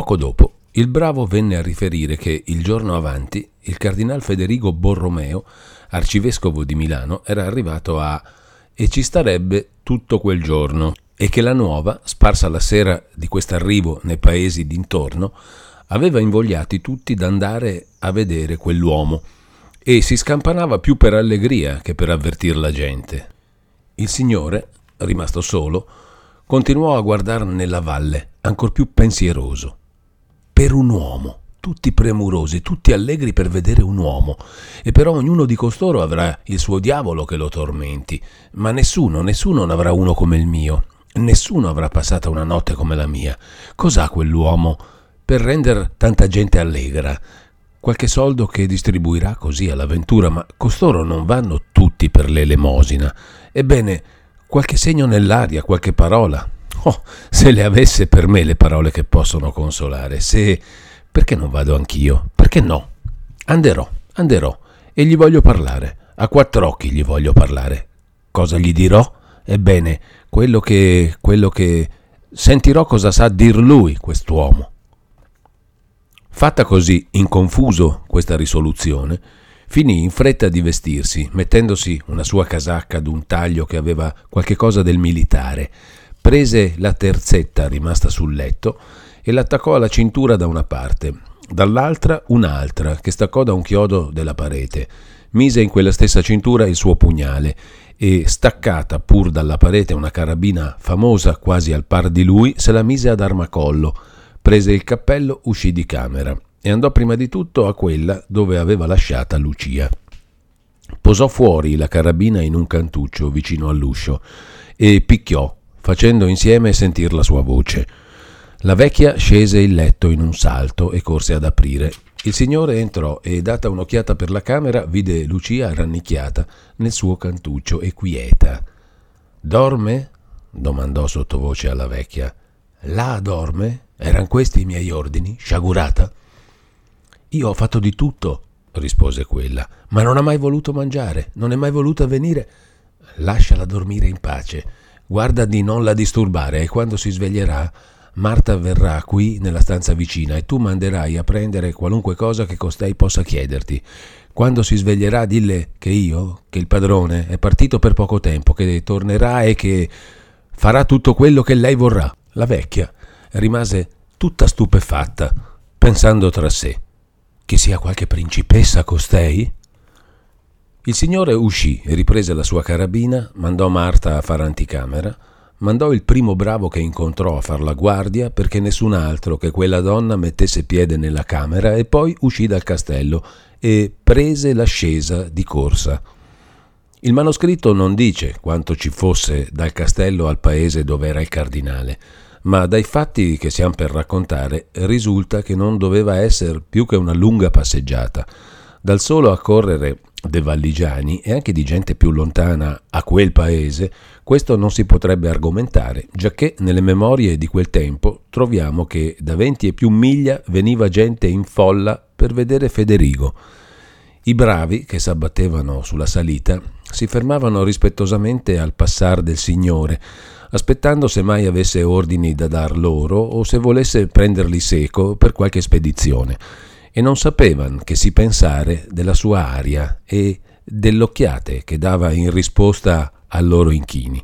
Poco dopo, il bravo venne a riferire che il giorno avanti il cardinal Federigo Borromeo, arcivescovo di Milano, era arrivato e ci starebbe tutto quel giorno, e che la nuova, sparsa la sera di quest'arrivo nei paesi d'intorno, aveva invogliati tutti d'andare a vedere quell'uomo, e si scampanava più per allegria che per avvertir la gente. Il signore, rimasto solo, continuò a guardare nella valle, ancor più pensieroso. Per un uomo, tutti premurosi, tutti allegri per vedere un uomo, e però ognuno di costoro avrà il suo diavolo che lo tormenti, ma nessuno ne avrà uno come il mio, nessuno avrà passata una notte come la mia. Cos'ha quell'uomo per rendere tanta gente allegra? Qualche soldo che distribuirà così all'avventura, ma costoro non vanno tutti per l'elemosina. Ebbene, qualche segno nell'aria, qualche parola. Oh, se le avesse per me le parole che possono consolare, perché non vado anch'io? Perché no? Anderò, e gli voglio parlare, a quattro occhi gli voglio parlare. Cosa gli dirò? Ebbene, quello che sentirò cosa sa dir lui, quest'uomo. Fatta così, in confuso, questa risoluzione, finì in fretta di vestirsi, mettendosi una sua casacca d'un taglio che aveva qualche cosa del militare, prese la terzetta rimasta sul letto e l'attaccò alla cintura da una parte, dall'altra un'altra che staccò da un chiodo della parete, mise in quella stessa cintura il suo pugnale e, staccata pur dalla parete una carabina famosa quasi al par di lui, se la mise ad armacollo, prese il cappello, uscì di camera e andò prima di tutto a quella dove aveva lasciata Lucia. Posò fuori la carabina in un cantuccio vicino all'uscio e picchiò, facendo insieme sentir la sua voce. La vecchia scese il letto in un salto e corse ad aprire. Il signore entrò e, data un'occhiata per la camera, vide Lucia rannicchiata nel suo cantuccio e quieta. «Dorme?» domandò sottovoce alla vecchia. «Là dorme? Eran questi i miei ordini, sciagurata?» «Io ho fatto di tutto», rispose quella, «ma non ha mai voluto mangiare, non è mai voluta venire». «Lasciala dormire in pace, guarda di non la disturbare e quando si sveglierà Marta verrà qui nella stanza vicina e tu manderai a prendere qualunque cosa che costei possa chiederti. Quando si sveglierà dille che il padrone, è partito per poco tempo, che tornerà e che farà tutto quello che lei vorrà». La vecchia rimase tutta stupefatta, pensando tra sé: «Che sia qualche principessa costei?» Il signore uscì e riprese la sua carabina, mandò Marta a far anticamera, mandò il primo bravo che incontrò a far la guardia perché nessun altro che quella donna mettesse piede nella camera e poi uscì dal castello e prese l'ascesa di corsa. Il manoscritto non dice quanto ci fosse dal castello al paese dove era il cardinale, ma dai fatti che siamo per raccontare risulta che non doveva essere più che una lunga passeggiata. Dal solo accorrere dei valligiani e anche di gente più lontana a quel paese, questo non si potrebbe argomentare, giacché nelle memorie di quel tempo troviamo che da 20 e più miglia veniva gente in folla per vedere Federigo. I bravi che s'abbattevano sulla salita si fermavano rispettosamente al passar del signore, aspettando se mai avesse ordini da dar loro o se volesse prenderli seco per qualche spedizione, e non sapevan che si pensare della sua aria e dell'occhiate che dava in risposta ai loro inchini.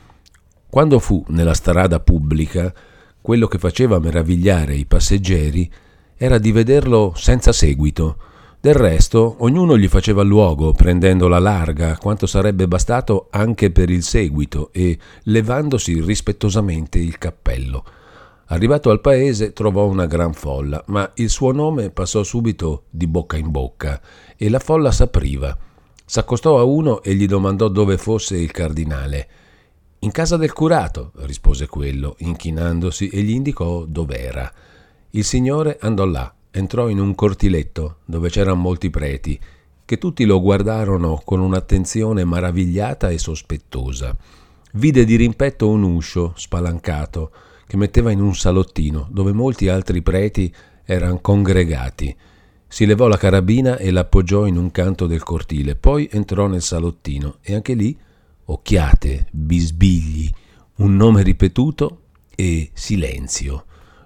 Quando fu nella strada pubblica, quello che faceva meravigliare i passeggeri era di vederlo senza seguito. Del resto, ognuno gli faceva luogo, prendendola larga, quanto sarebbe bastato anche per il seguito, e levandosi rispettosamente il cappello. Arrivato al paese trovò una gran folla, ma il suo nome passò subito di bocca in bocca e la folla s'apriva. S'accostò a uno e gli domandò dove fosse il cardinale. «In casa del curato», rispose quello, inchinandosi, e gli indicò dov'era. Il signore andò là, entrò in un cortiletto dove c'erano molti preti, che tutti lo guardarono con un'attenzione maravigliata e sospettosa. Vide di rimpetto un uscio spalancato che metteva in un salottino dove molti altri preti erano congregati. Si levò la carabina e l'appoggiò in un canto del cortile, poi entrò nel salottino e anche lì occhiate, bisbigli, un nome ripetuto e silenzio.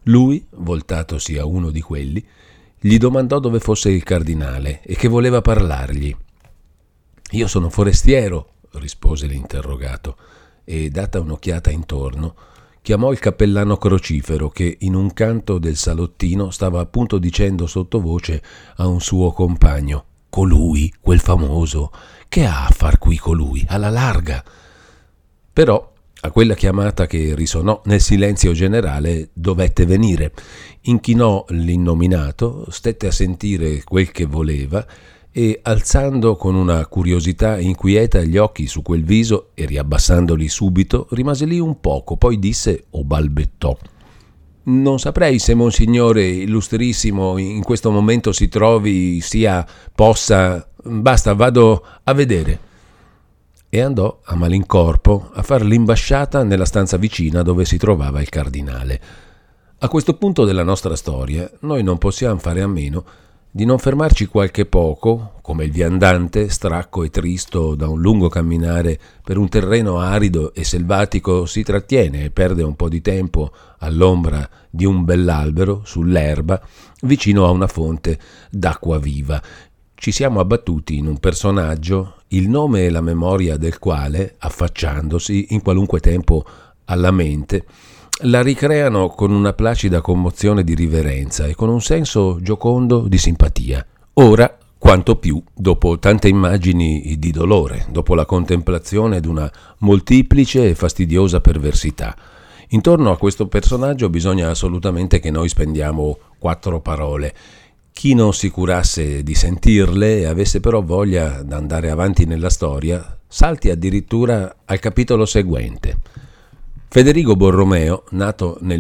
Lui, voltatosi a uno di quelli, gli domandò dove fosse il cardinale e che voleva parlargli. «Io sono forestiero», rispose l'interrogato, e, data un'occhiata intorno, chiamò il cappellano crocifero che in un canto del salottino stava appunto dicendo sottovoce a un suo compagno: «Colui, quel famoso, che ha a far qui colui, alla larga?» Però a quella chiamata che risonò nel silenzio generale dovette venire. Inchinò l'innominato, stette a sentire quel che voleva e, alzando con una curiosità inquieta gli occhi su quel viso e riabbassandoli subito, rimase lì un poco, poi disse o balbettò: «Non saprei se Monsignore Illustrissimo in questo momento si trovi, possa... Basta, vado a vedere». E andò a malincorpo a far l'imbasciata nella stanza vicina dove si trovava il cardinale. A questo punto della nostra storia noi non possiamo fare a meno di non fermarci qualche poco, come il viandante, stracco e tristo da un lungo camminare per un terreno arido e selvatico, si trattiene e perde un po' di tempo all'ombra di un bell'albero, sull'erba, vicino a una fonte d'acqua viva. Ci siamo abbattuti in un personaggio, il nome e la memoria del quale, affacciandosi in qualunque tempo alla mente, la ricreano con una placida commozione di riverenza e con un senso giocondo di simpatia. Ora, quanto più, dopo tante immagini di dolore, dopo la contemplazione d'una moltiplice e fastidiosa perversità. Intorno a questo personaggio bisogna assolutamente che noi spendiamo 4 parole. Chi non si curasse di sentirle e avesse però voglia d'andare avanti nella storia, salti addirittura al capitolo seguente. Federigo Borromeo, nato nel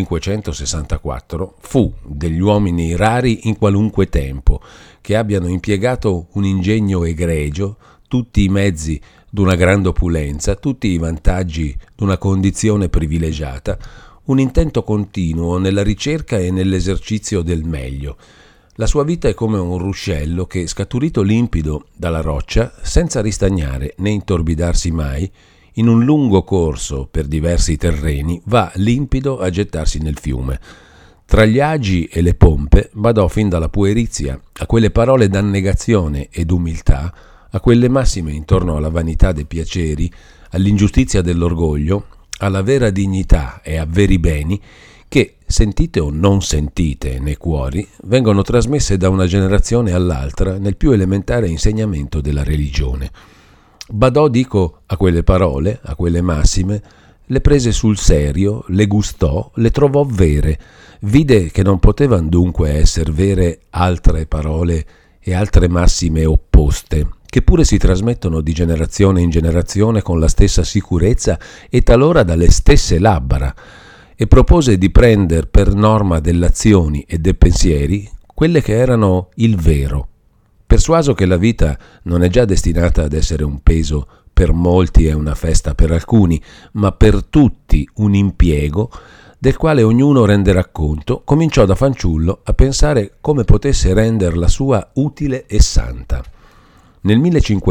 1564, fu degli uomini rari in qualunque tempo, che abbiano impiegato un ingegno egregio, tutti i mezzi d'una grande opulenza, tutti i vantaggi d'una condizione privilegiata, un intento continuo nella ricerca e nell'esercizio del meglio. La sua vita è come un ruscello che, scaturito limpido dalla roccia, senza ristagnare né intorbidarsi mai, in un lungo corso per diversi terreni, va limpido a gettarsi nel fiume. Tra gli agi e le pompe badò fin dalla puerizia a quelle parole d'annegazione ed umiltà, a quelle massime intorno alla vanità dei piaceri, all'ingiustizia dell'orgoglio, alla vera dignità e a veri beni che, sentite o non sentite nei cuori, vengono trasmesse da una generazione all'altra nel più elementare insegnamento della religione. Badò, dico, a quelle parole, a quelle massime, le prese sul serio, le gustò, le trovò vere, vide che non potevano dunque essere vere altre parole e altre massime opposte, che pure si trasmettono di generazione in generazione con la stessa sicurezza e talora dalle stesse labbra, e propose di prendere per norma delle azioni e dei pensieri quelle che erano il vero. Persuaso che la vita non è già destinata ad essere un peso per molti e una festa per alcuni, ma per tutti un impiego del quale ognuno renderà conto, cominciò da fanciullo a pensare come potesse renderla sua utile e santa. Nel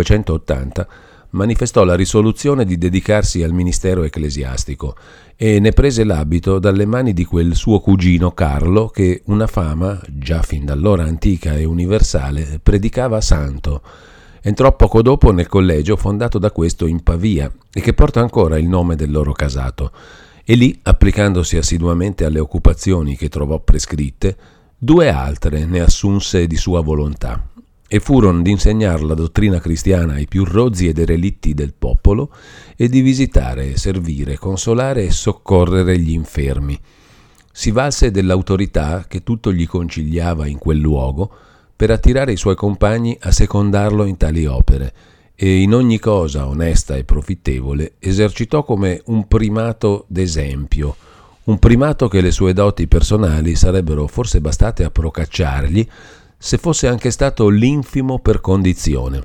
1580 manifestò la risoluzione di dedicarsi al ministero ecclesiastico e ne prese l'abito dalle mani di quel suo cugino Carlo che una fama, già fin d'allora antica e universale, predicava santo. Entrò poco dopo nel collegio fondato da questo in Pavia e che porta ancora il nome del loro casato, e lì, applicandosi assiduamente alle occupazioni che trovò prescritte, 2 altre ne assunse di sua volontà, e furono di insegnare la dottrina cristiana ai più rozzi e derelitti del popolo e di visitare, servire, consolare e soccorrere gli infermi. Si valse dell'autorità che tutto gli conciliava in quel luogo per attirare i suoi compagni a secondarlo in tali opere e in ogni cosa onesta e profittevole esercitò come un primato d'esempio, un primato che le sue doti personali sarebbero forse bastate a procacciargli se fosse anche stato l'infimo per condizione.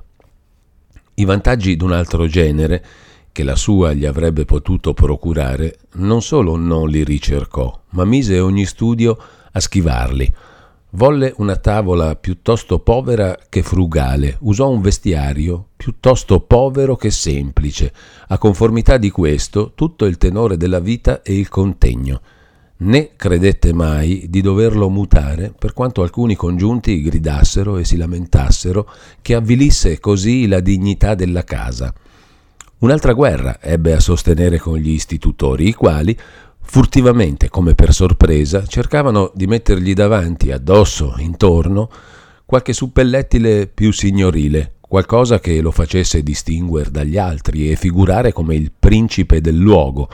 I vantaggi d'un altro genere, che la sua gli avrebbe potuto procurare, non solo non li ricercò, ma mise ogni studio a schivarli. Volle una tavola piuttosto povera che frugale, usò un vestiario piuttosto povero che semplice, a conformità di questo tutto il tenore della vita e il contegno. né credette mai di doverlo mutare, per quanto alcuni congiunti gridassero e si lamentassero che avvilisse così la dignità della casa. Un'altra guerra ebbe a sostenere con gli istitutori, i quali, furtivamente come per sorpresa, cercavano di mettergli davanti, addosso, intorno, qualche suppellettile più signorile, qualcosa che lo facesse distinguere dagli altri e figurare come il principe del luogo,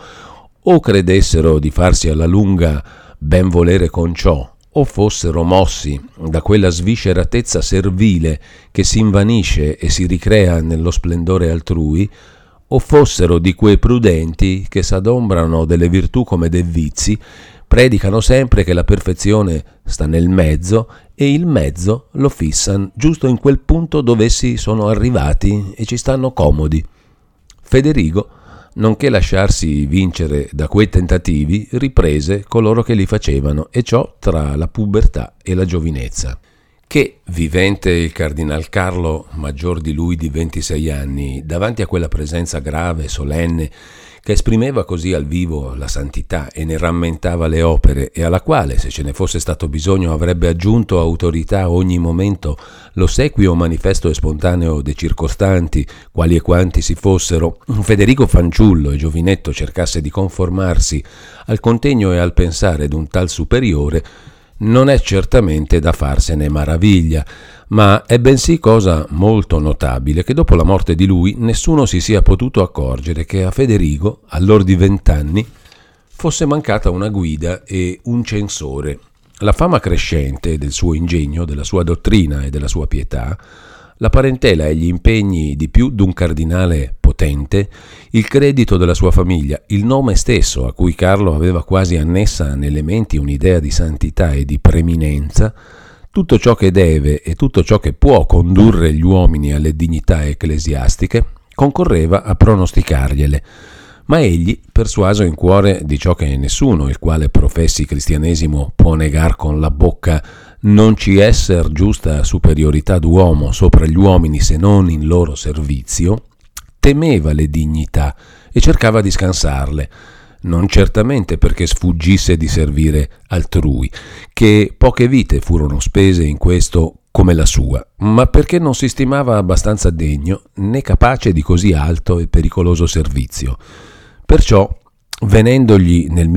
o credessero di farsi alla lunga ben volere con ciò, o fossero mossi da quella svisceratezza servile che si invanisce e si ricrea nello splendore altrui, o fossero di quei prudenti che s'adombrano delle virtù come dei vizi, predicano sempre che la perfezione sta nel mezzo e il mezzo lo fissan giusto in quel punto dove essi sono arrivati e ci stanno comodi. Federigo, nonché lasciarsi vincere da quei tentativi, riprese coloro che li facevano, e ciò tra la pubertà e la giovinezza. Che, vivente il cardinal Carlo, maggior di lui di 26 anni, davanti a quella presenza grave e solenne che esprimeva così al vivo la santità e ne rammentava le opere, e alla quale, se ce ne fosse stato bisogno, avrebbe aggiunto autorità a ogni momento l'ossequio manifesto e spontaneo dei circostanti, quali e quanti si fossero, Federigo fanciullo e giovinetto cercasse di conformarsi al contegno e al pensare d'un tal superiore, non è certamente da farsene maraviglia, ma è bensì cosa molto notabile che dopo la morte di lui nessuno si sia potuto accorgere che a Federigo, all'or di 20 anni, fosse mancata una guida e un censore. La fama crescente del suo ingegno, della sua dottrina e della sua pietà, la parentela e gli impegni di più d'un cardinale potente, il credito della sua famiglia, il nome stesso a cui Carlo aveva quasi annessa nelle menti un'idea di santità e di preminenza, tutto ciò che deve e tutto ciò che può condurre gli uomini alle dignità ecclesiastiche, concorreva a pronosticargliele. Ma egli, persuaso in cuore di ciò che nessuno, il quale professi cristianesimo, può negar con la bocca, non ci esser giusta superiorità d'uomo sopra gli uomini se non in loro servizio, temeva le dignità e cercava di scansarle, non certamente perché sfuggisse di servire altrui, che poche vite furono spese in questo come la sua, ma perché non si stimava abbastanza degno né capace di così alto e pericoloso servizio. Perciò, venendogli nel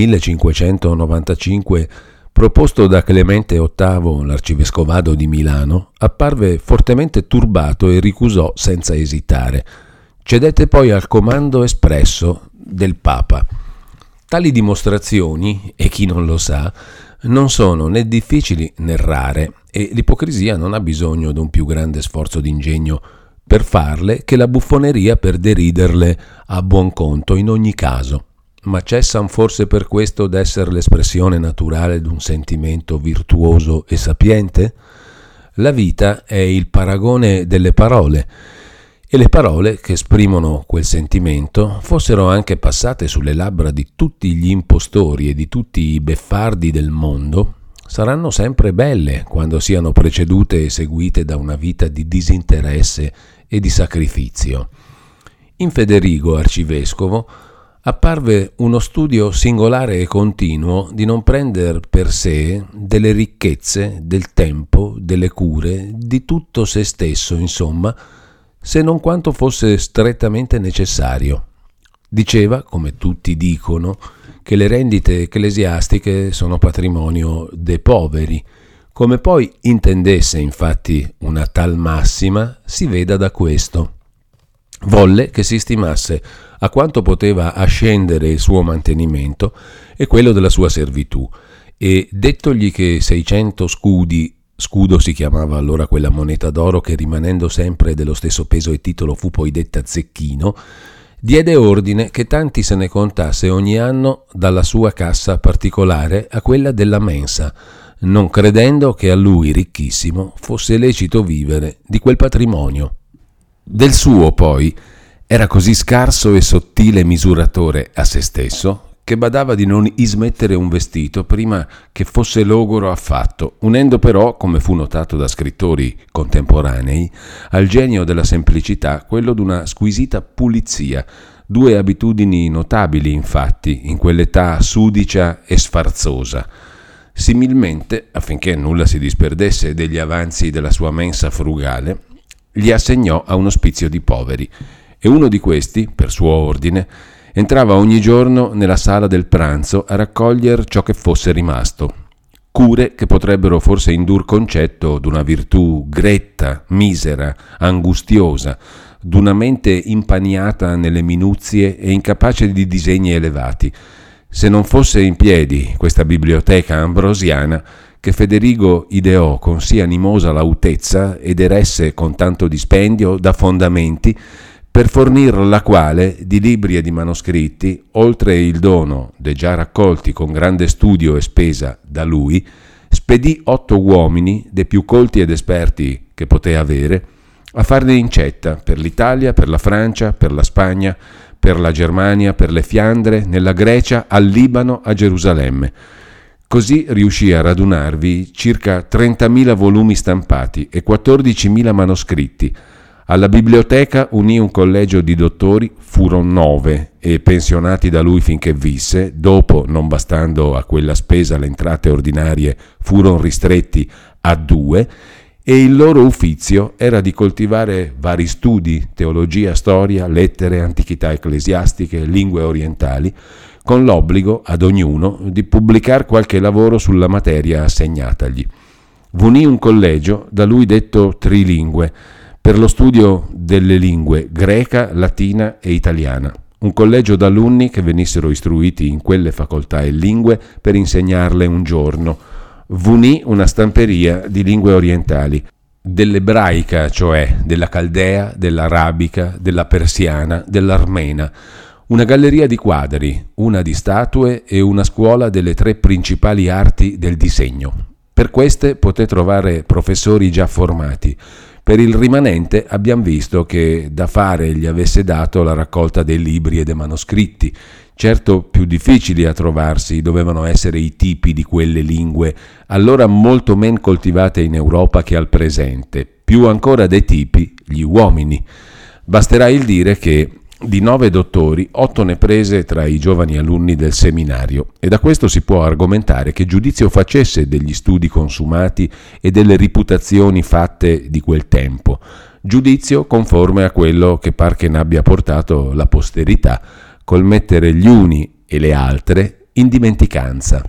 1595 proposto da Clemente VIII l'arcivescovado di Milano, apparve fortemente turbato e ricusò senza esitare. Cedette poi al comando espresso del Papa. Tali dimostrazioni, e chi non lo sa, non sono né difficili né rare, e l'ipocrisia non ha bisogno di un più grande sforzo d'ingegno per farle che la buffoneria per deriderle a buon conto in ogni caso. Ma cessan forse per questo d'essere l'espressione naturale d'un sentimento virtuoso e sapiente? La vita è il paragone delle parole, e le parole che esprimono quel sentimento, fossero anche passate sulle labbra di tutti gli impostori e di tutti i beffardi del mondo, saranno sempre belle quando siano precedute e seguite da una vita di disinteresse e di sacrificio. In Federigo arcivescovo apparve uno studio singolare e continuo di non prender per sé delle ricchezze, del tempo, delle cure, di tutto se stesso, insomma, se non quanto fosse strettamente necessario. Diceva, come tutti dicono, che le rendite ecclesiastiche sono patrimonio dei poveri. Come poi intendesse infatti una tal massima, si veda da questo. Volle che si stimasse a quanto poteva ascendere il suo mantenimento e quello della sua servitù, e dettogli che 600 scudi, scudo si chiamava allora quella moneta d'oro che rimanendo sempre dello stesso peso e titolo fu poi detta zecchino, diede ordine che tanti se ne contasse ogni anno dalla sua cassa particolare a quella della mensa, non credendo che a lui, ricchissimo, fosse lecito vivere di quel patrimonio. Del suo, poi, era così scarso e sottile misuratore a se stesso che badava di non ismettere un vestito prima che fosse logoro affatto, unendo però, come fu notato da scrittori contemporanei, al genio della semplicità quello d'una squisita pulizia, Due abitudini notabili, infatti, in quell'età sudicia e sfarzosa. Similmente, affinché nulla si disperdesse degli avanzi della sua mensa frugale, li assegnò a un ospizio di poveri, e uno di questi, per suo ordine, entrava ogni giorno nella sala del pranzo a raccogliere ciò che fosse rimasto. Cure che potrebbero forse indur concetto d'una virtù gretta, misera, angustiosa, d'una mente impaniata nelle minuzie e incapace di disegni elevati, se non fosse in piedi questa biblioteca ambrosiana che Federigo ideò con sì animosa lautezza ed eresse con tanto dispendio da fondamenti, per fornir la quale di libri e di manoscritti, oltre il dono de già raccolti con grande studio e spesa da lui, spedì 8 uomini, dei più colti ed esperti che poté avere, a farne incetta per l'Italia, per la Francia, per la Spagna, per la Germania, per le Fiandre, nella Grecia, al Libano, a Gerusalemme. Così riuscì a radunarvi circa 30.000 volumi stampati e 14.000 manoscritti. Alla biblioteca unì un collegio di dottori, furono 9, e pensionati da lui finché visse, dopo, non bastando a quella spesa le entrate ordinarie, furono ristretti a 2, e il loro uffizio era di coltivare vari studi, teologia, storia, lettere, antichità ecclesiastiche, lingue orientali, con l'obbligo ad ognuno di pubblicare qualche lavoro sulla materia assegnatagli. V'unì un collegio, da lui detto trilingue, per lo studio delle lingue greca, latina e italiana. Un collegio d'alunni che venissero istruiti in quelle facoltà e lingue per insegnarle un giorno. V'unì una stamperia di lingue orientali, dell'ebraica, cioè della caldea, dell'arabica, della persiana, dell'armena, una galleria di quadri, una di statue e una scuola delle 3 principali arti del disegno. Per queste poté trovare professori già formati. Per il rimanente abbiamo visto che da fare gli avesse dato la raccolta dei libri e dei manoscritti. Certo più difficili a trovarsi dovevano essere i tipi di quelle lingue, allora molto men coltivate in Europa che al presente, più ancora dei tipi gli uomini. Basterà il dire che di 9 dottori, 8 ne prese tra i giovani alunni del seminario, e da questo si può argomentare che giudizio facesse degli studi consumati e delle riputazioni fatte di quel tempo, giudizio conforme a quello che par che n'abbia portato la posterità col mettere gli uni e le altre in dimenticanza.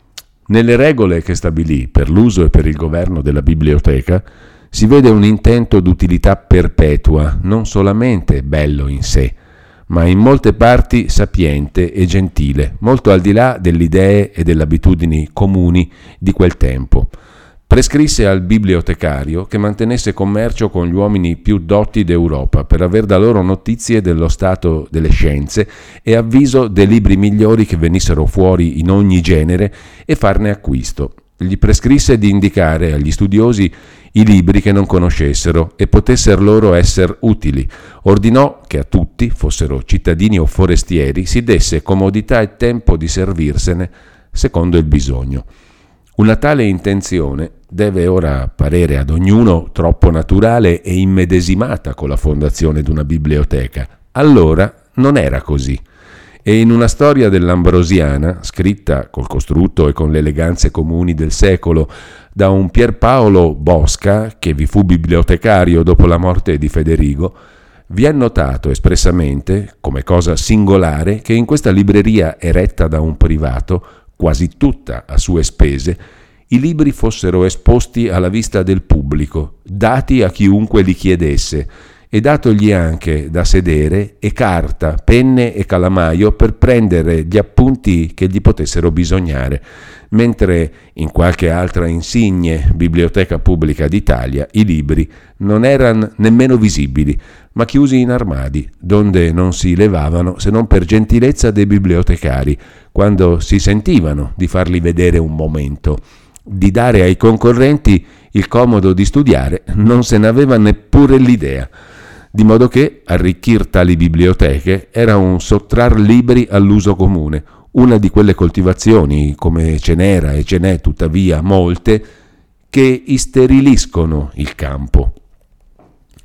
Nelle regole che stabilì per l'uso e per il governo della biblioteca si vede un intento d'utilità perpetua, non solamente bello in sé, ma in molte parti sapiente e gentile, molto al di là delle idee e delle abitudini comuni di quel tempo. Prescrisse al bibliotecario che mantenesse commercio con gli uomini più dotti d'Europa per aver da loro notizie dello stato delle scienze e avviso dei libri migliori che venissero fuori in ogni genere e farne acquisto. Gli prescrisse di indicare agli studiosi i libri che non conoscessero e potessero loro essere utili. Ordinò che a tutti, fossero cittadini o forestieri, si desse comodità e tempo di servirsene secondo il bisogno. Una tale intenzione deve ora parere ad ognuno troppo naturale e immedesimata con la fondazione di una biblioteca. Allora non era così. E in una storia dell'Ambrosiana, scritta col costrutto e con le eleganze comuni del secolo da un Pierpaolo Bosca, che vi fu bibliotecario dopo la morte di Federigo, vi è notato espressamente, come cosa singolare, che in questa libreria eretta da un privato, quasi tutta a sue spese, i libri fossero esposti alla vista del pubblico, dati a chiunque li chiedesse, e datogli anche da sedere e carta, penne e calamaio per prendere gli appunti che gli potessero bisognare, mentre in qualche altra insigne biblioteca pubblica d'Italia i libri non erano nemmeno visibili, ma chiusi in armadi, donde non si levavano se non per gentilezza dei bibliotecari, quando si sentivano di farli vedere un momento. Di dare ai concorrenti il comodo di studiare non se n'aveva neppure l'idea, di modo che arricchir tali biblioteche era un sottrar libri all'uso comune, una di quelle coltivazioni, come ce n'era e ce n'è tuttavia molte, che isteriliscono il campo.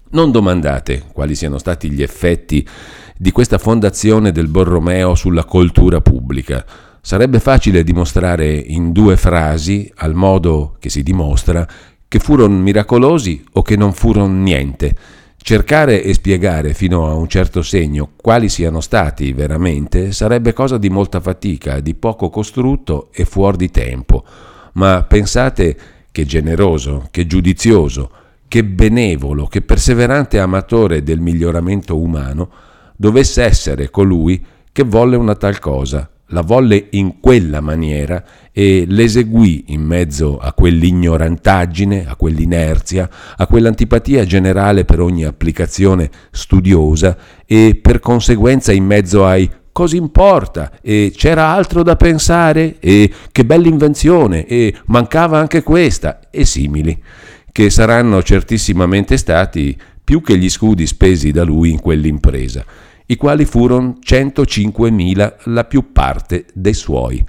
Non domandate quali siano stati gli effetti di questa fondazione del Borromeo sulla cultura pubblica. Sarebbe facile dimostrare in 2 frasi, al modo che si dimostra, che furono miracolosi o che non furono niente. Cercare e spiegare fino a un certo segno quali siano stati veramente sarebbe cosa di molta fatica, di poco costrutto e fuori di tempo. Ma pensate che generoso, che giudizioso, che benevolo, che perseverante amatore del miglioramento umano dovesse essere colui che volle una tal cosa, la volle in quella maniera e l'eseguì in mezzo a quell'ignorantaggine, a quell'inerzia, a quell'antipatia generale per ogni applicazione studiosa e per conseguenza in mezzo ai cosa importa e c'era altro da pensare e che bella invenzione e mancava anche questa e simili, che saranno certissimamente stati più che gli scudi spesi da lui in quell'impresa, i quali furono 105.000 la più parte dei suoi.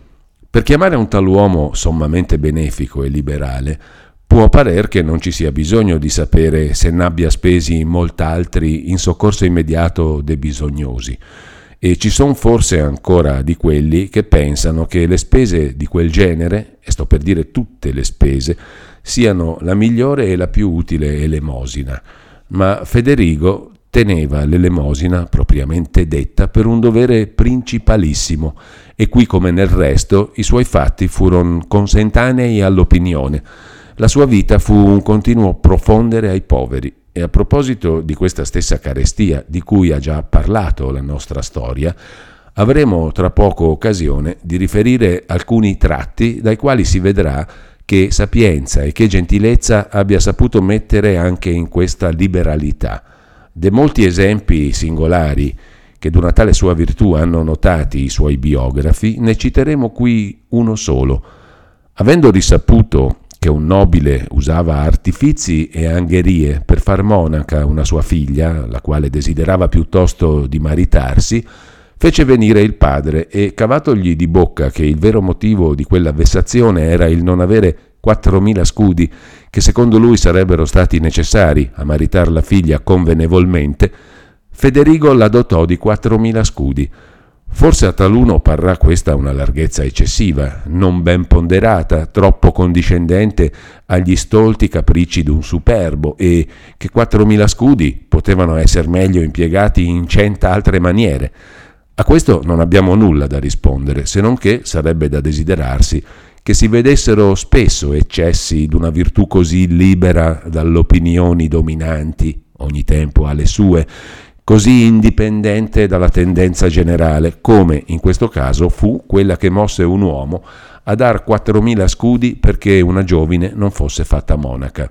Per chiamare un tal uomo sommamente benefico e liberale, può parer che non ci sia bisogno di sapere se n'abbia spesi molt'altri in soccorso immediato dei bisognosi. E ci sono forse ancora di quelli che pensano che le spese di quel genere, e sto per dire tutte le spese, siano la migliore e la più utile elemosina. Ma Federigo teneva l'elemosina, propriamente detta, per un dovere principalissimo, e qui come nel resto i suoi fatti furono consentanei all'opinione. La sua vita fu un continuo profondere ai poveri. E a proposito di questa stessa carestia di cui ha già parlato la nostra storia, avremo tra poco occasione di riferire alcuni tratti dai quali si vedrà che sapienza e che gentilezza abbia saputo mettere anche in questa liberalità. De molti esempi singolari che d'una tale sua virtù hanno notati i suoi biografi, ne citeremo qui uno solo. Avendo risaputo che un nobile usava artifizi e angherie per far monaca una sua figlia, la quale desiderava piuttosto di maritarsi, fece venire il padre e, cavatogli di bocca che il vero motivo di quella vessazione era il non avere 4.000 scudi, che secondo lui sarebbero stati necessari a maritar la figlia convenevolmente, Federigo la dotò di 4.000 scudi. Forse a taluno parrà questa una larghezza eccessiva, non ben ponderata, troppo condiscendente agli stolti capricci d'un superbo, e che 4.000 scudi potevano essere meglio impiegati in 100 altre maniere. A questo non abbiamo nulla da rispondere, se non che sarebbe da desiderarsi che si vedessero spesso eccessi d'una virtù così libera dalle opinioni dominanti, ogni tempo ha le sue, così indipendente dalla tendenza generale, come in questo caso fu quella che mosse un uomo a dar 4.000 scudi perché una giovine non fosse fatta monaca.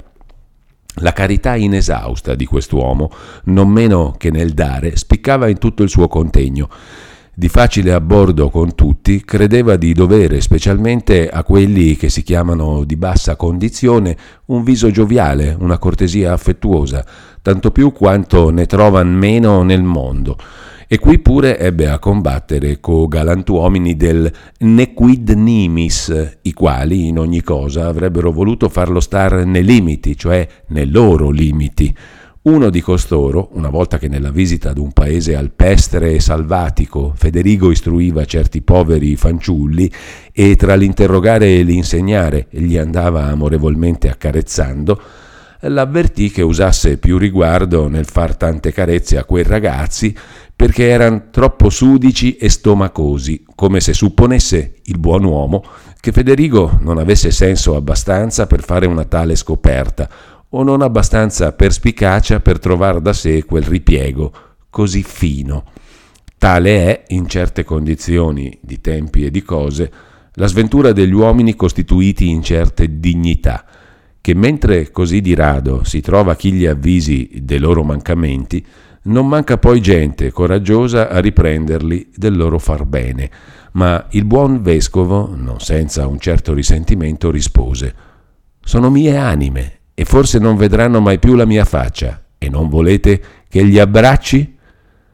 La carità inesausta di quest'uomo, non meno che nel dare, spiccava in tutto il suo contegno. Di facile abbordo con tutti, credeva di dovere, specialmente a quelli che si chiamano di bassa condizione, un viso gioviale, una cortesia affettuosa, tanto più quanto ne trovan meno nel mondo. E qui pure ebbe a combattere co galantuomini del nequid nimis, i quali in ogni cosa avrebbero voluto farlo star nei limiti, cioè nei loro limiti. Uno di costoro, una volta che nella visita ad un paese alpestre e salvatico Federigo istruiva certi poveri fanciulli e tra l'interrogare e l'insegnare gli andava amorevolmente accarezzando, l'avvertì che usasse più riguardo nel far tante carezze a quei ragazzi perché erano troppo sudici e stomacosi, come se supponesse il buon uomo che Federigo non avesse senso abbastanza per fare una tale scoperta o non abbastanza perspicacia per trovare da sé quel ripiego così fino. Tale è, in certe condizioni di tempi e di cose, la sventura degli uomini costituiti in certe dignità, che mentre così di rado si trova chi gli avvisi dei loro mancamenti, non manca poi gente coraggiosa a riprenderli del loro far bene. Ma il buon vescovo, non senza un certo risentimento, rispose: «Sono mie anime, e forse non vedranno mai più la mia faccia, e non volete che li abbracci?»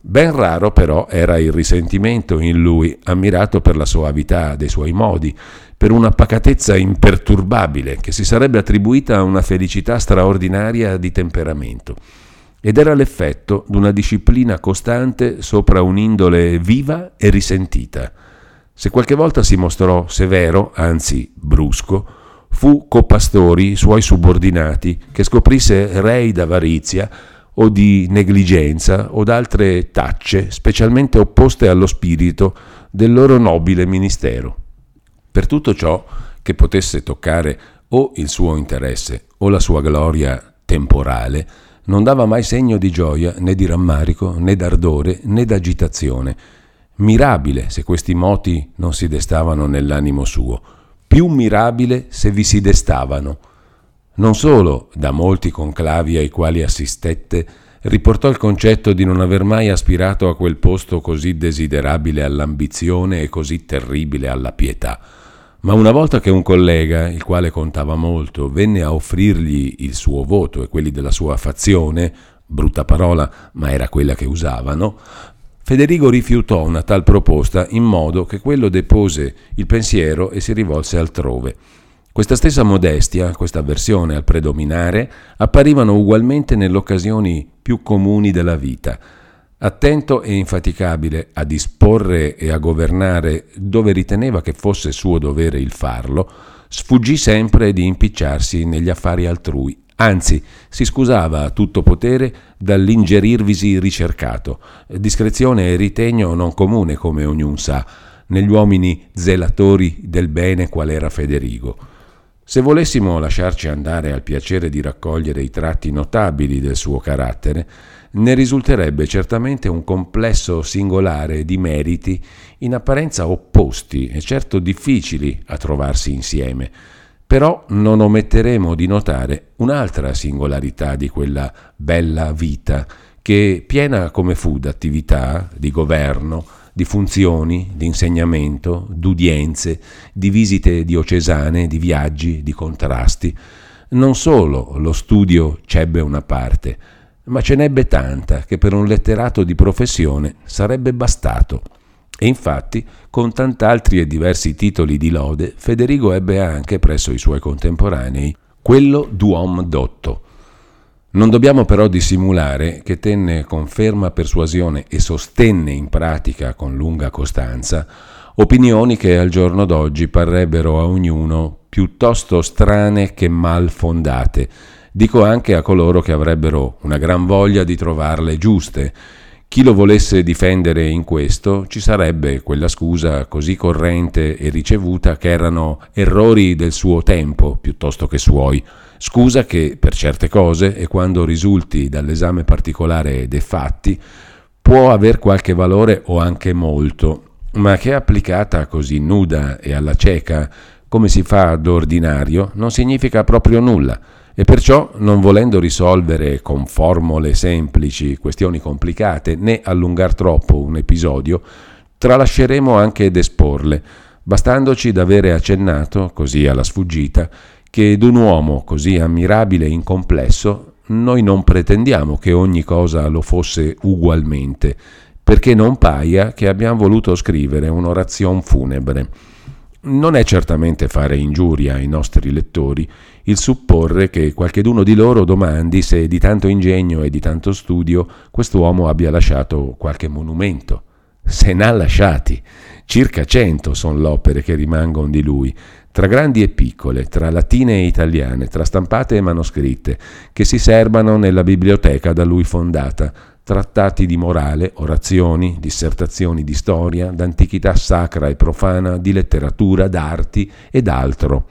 Ben raro però era il risentimento in lui, ammirato per la soavità dei suoi modi, per una pacatezza imperturbabile che si sarebbe attribuita a una felicità straordinaria di temperamento. Ed era l'effetto d'una disciplina costante sopra un'indole viva e risentita. Se qualche volta si mostrò severo, anzi brusco, fu co pastori suoi subordinati, che scoprisse rei d'avarizia o di negligenza o d'altre tacce specialmente opposte allo spirito del loro nobile ministero. Per tutto ciò che potesse toccare o il suo interesse o la sua gloria temporale, non dava mai segno di gioia, né di rammarico, né d'ardore, né d'agitazione. Mirabile se questi moti non si destavano nell'animo suo, più mirabile se vi si destavano. Non solo da molti conclavi ai quali assistette riportò il concetto di non aver mai aspirato a quel posto così desiderabile all'ambizione e così terribile alla pietà, ma una volta che un collega, il quale contava molto, venne a offrirgli il suo voto e quelli della sua fazione, brutta parola, ma era quella che usavano, Federigo rifiutò una tal proposta in modo che quello depose il pensiero e si rivolse altrove. Questa stessa modestia, questa avversione al predominare, apparivano ugualmente nelle occasioni più comuni della vita. Attento e infaticabile a disporre e a governare dove riteneva che fosse suo dovere il farlo, sfuggì sempre di impicciarsi negli affari altrui. Anzi, si scusava a tutto potere dall'ingerirvisi ricercato, discrezione e ritegno non comune, come ognun sa, negli uomini zelatori del bene qual era Federigo. Se volessimo lasciarci andare al piacere di raccogliere i tratti notabili del suo carattere, ne risulterebbe certamente un complesso singolare di meriti in apparenza opposti e certo difficili a trovarsi insieme. Però non ometteremo di notare un'altra singolarità di quella bella vita che, piena come fu d'attività, di governo, di funzioni, di insegnamento, d'udienze, di visite diocesane, di viaggi, di contrasti, non solo lo studio c'ebbe una parte, ma ce n'ebbe tanta che per un letterato di professione sarebbe bastato. E infatti, con tant'altri e diversi titoli di lode, Federigo ebbe anche presso i suoi contemporanei quello d'uom dotto. Non dobbiamo però dissimulare che tenne con ferma persuasione e sostenne in pratica con lunga costanza opinioni che al giorno d'oggi parrebbero a ognuno piuttosto strane che mal fondate. Dico anche a coloro che avrebbero una gran voglia di trovarle giuste. Chi lo volesse difendere in questo, ci sarebbe quella scusa così corrente e ricevuta che erano errori del suo tempo piuttosto che suoi. Scusa che per certe cose, e quando risulti dall'esame particolare dei fatti, può aver qualche valore o anche molto, ma che applicata così nuda e alla cieca come si fa d'ordinario non significa proprio nulla. E perciò, non volendo risolvere con formule semplici questioni complicate né allungar troppo un episodio, tralasceremo anche d'esporle, bastandoci d'avere accennato, così alla sfuggita, che d'un uomo così ammirabile in complesso noi non pretendiamo che ogni cosa lo fosse ugualmente, perché non paia che abbiamo voluto scrivere un'orazione funebre. Non è certamente fare ingiuria ai nostri lettori il supporre che qualcheduno di loro domandi se di tanto ingegno e di tanto studio quest'uomo abbia lasciato qualche monumento. Se n'ha lasciati. Circa 100 sono le opere che rimangono di lui, tra grandi e piccole, tra latine e italiane, tra stampate e manoscritte, che si serbano nella biblioteca da lui fondata, trattati di morale, orazioni, dissertazioni di storia, d'antichità sacra e profana, di letteratura, d'arti ed altro.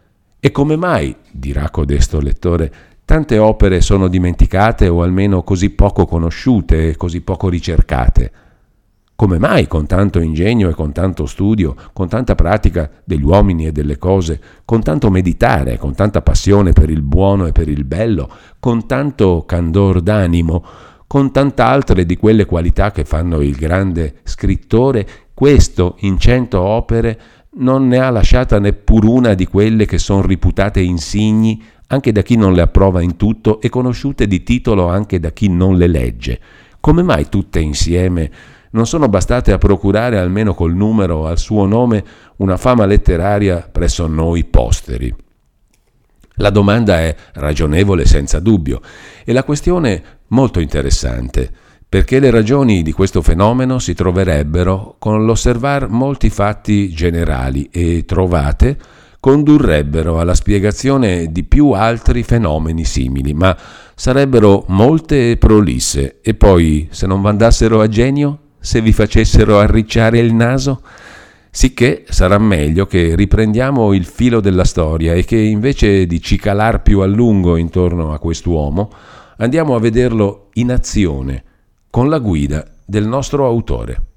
E come mai, dirà codesto lettore, tante opere sono dimenticate o almeno così poco conosciute e così poco ricercate? Come mai con tanto ingegno e con tanto studio, con tanta pratica degli uomini e delle cose, con tanto meditare, con tanta passione per il buono e per il bello, con tanto candor d'animo, con tant'altre di quelle qualità che fanno il grande scrittore, questo in 100 opere non ne ha lasciata neppur una di quelle che sono riputate insigni anche da chi non le approva in tutto e conosciute di titolo anche da chi non le legge? Come mai tutte insieme non sono bastate a procurare almeno col numero al suo nome una fama letteraria presso noi posteri? La domanda è ragionevole senza dubbio e la questione molto interessante, perché le ragioni di questo fenomeno si troverebbero con l'osservar molti fatti generali e trovate condurrebbero alla spiegazione di più altri fenomeni simili, ma sarebbero molte e prolisse, e poi se non mandassero a genio, se vi facessero arricciare il naso? Sicché sarà meglio che riprendiamo il filo della storia e che invece di cicalar più a lungo intorno a quest'uomo, andiamo a vederlo in azione, con la guida del nostro autore.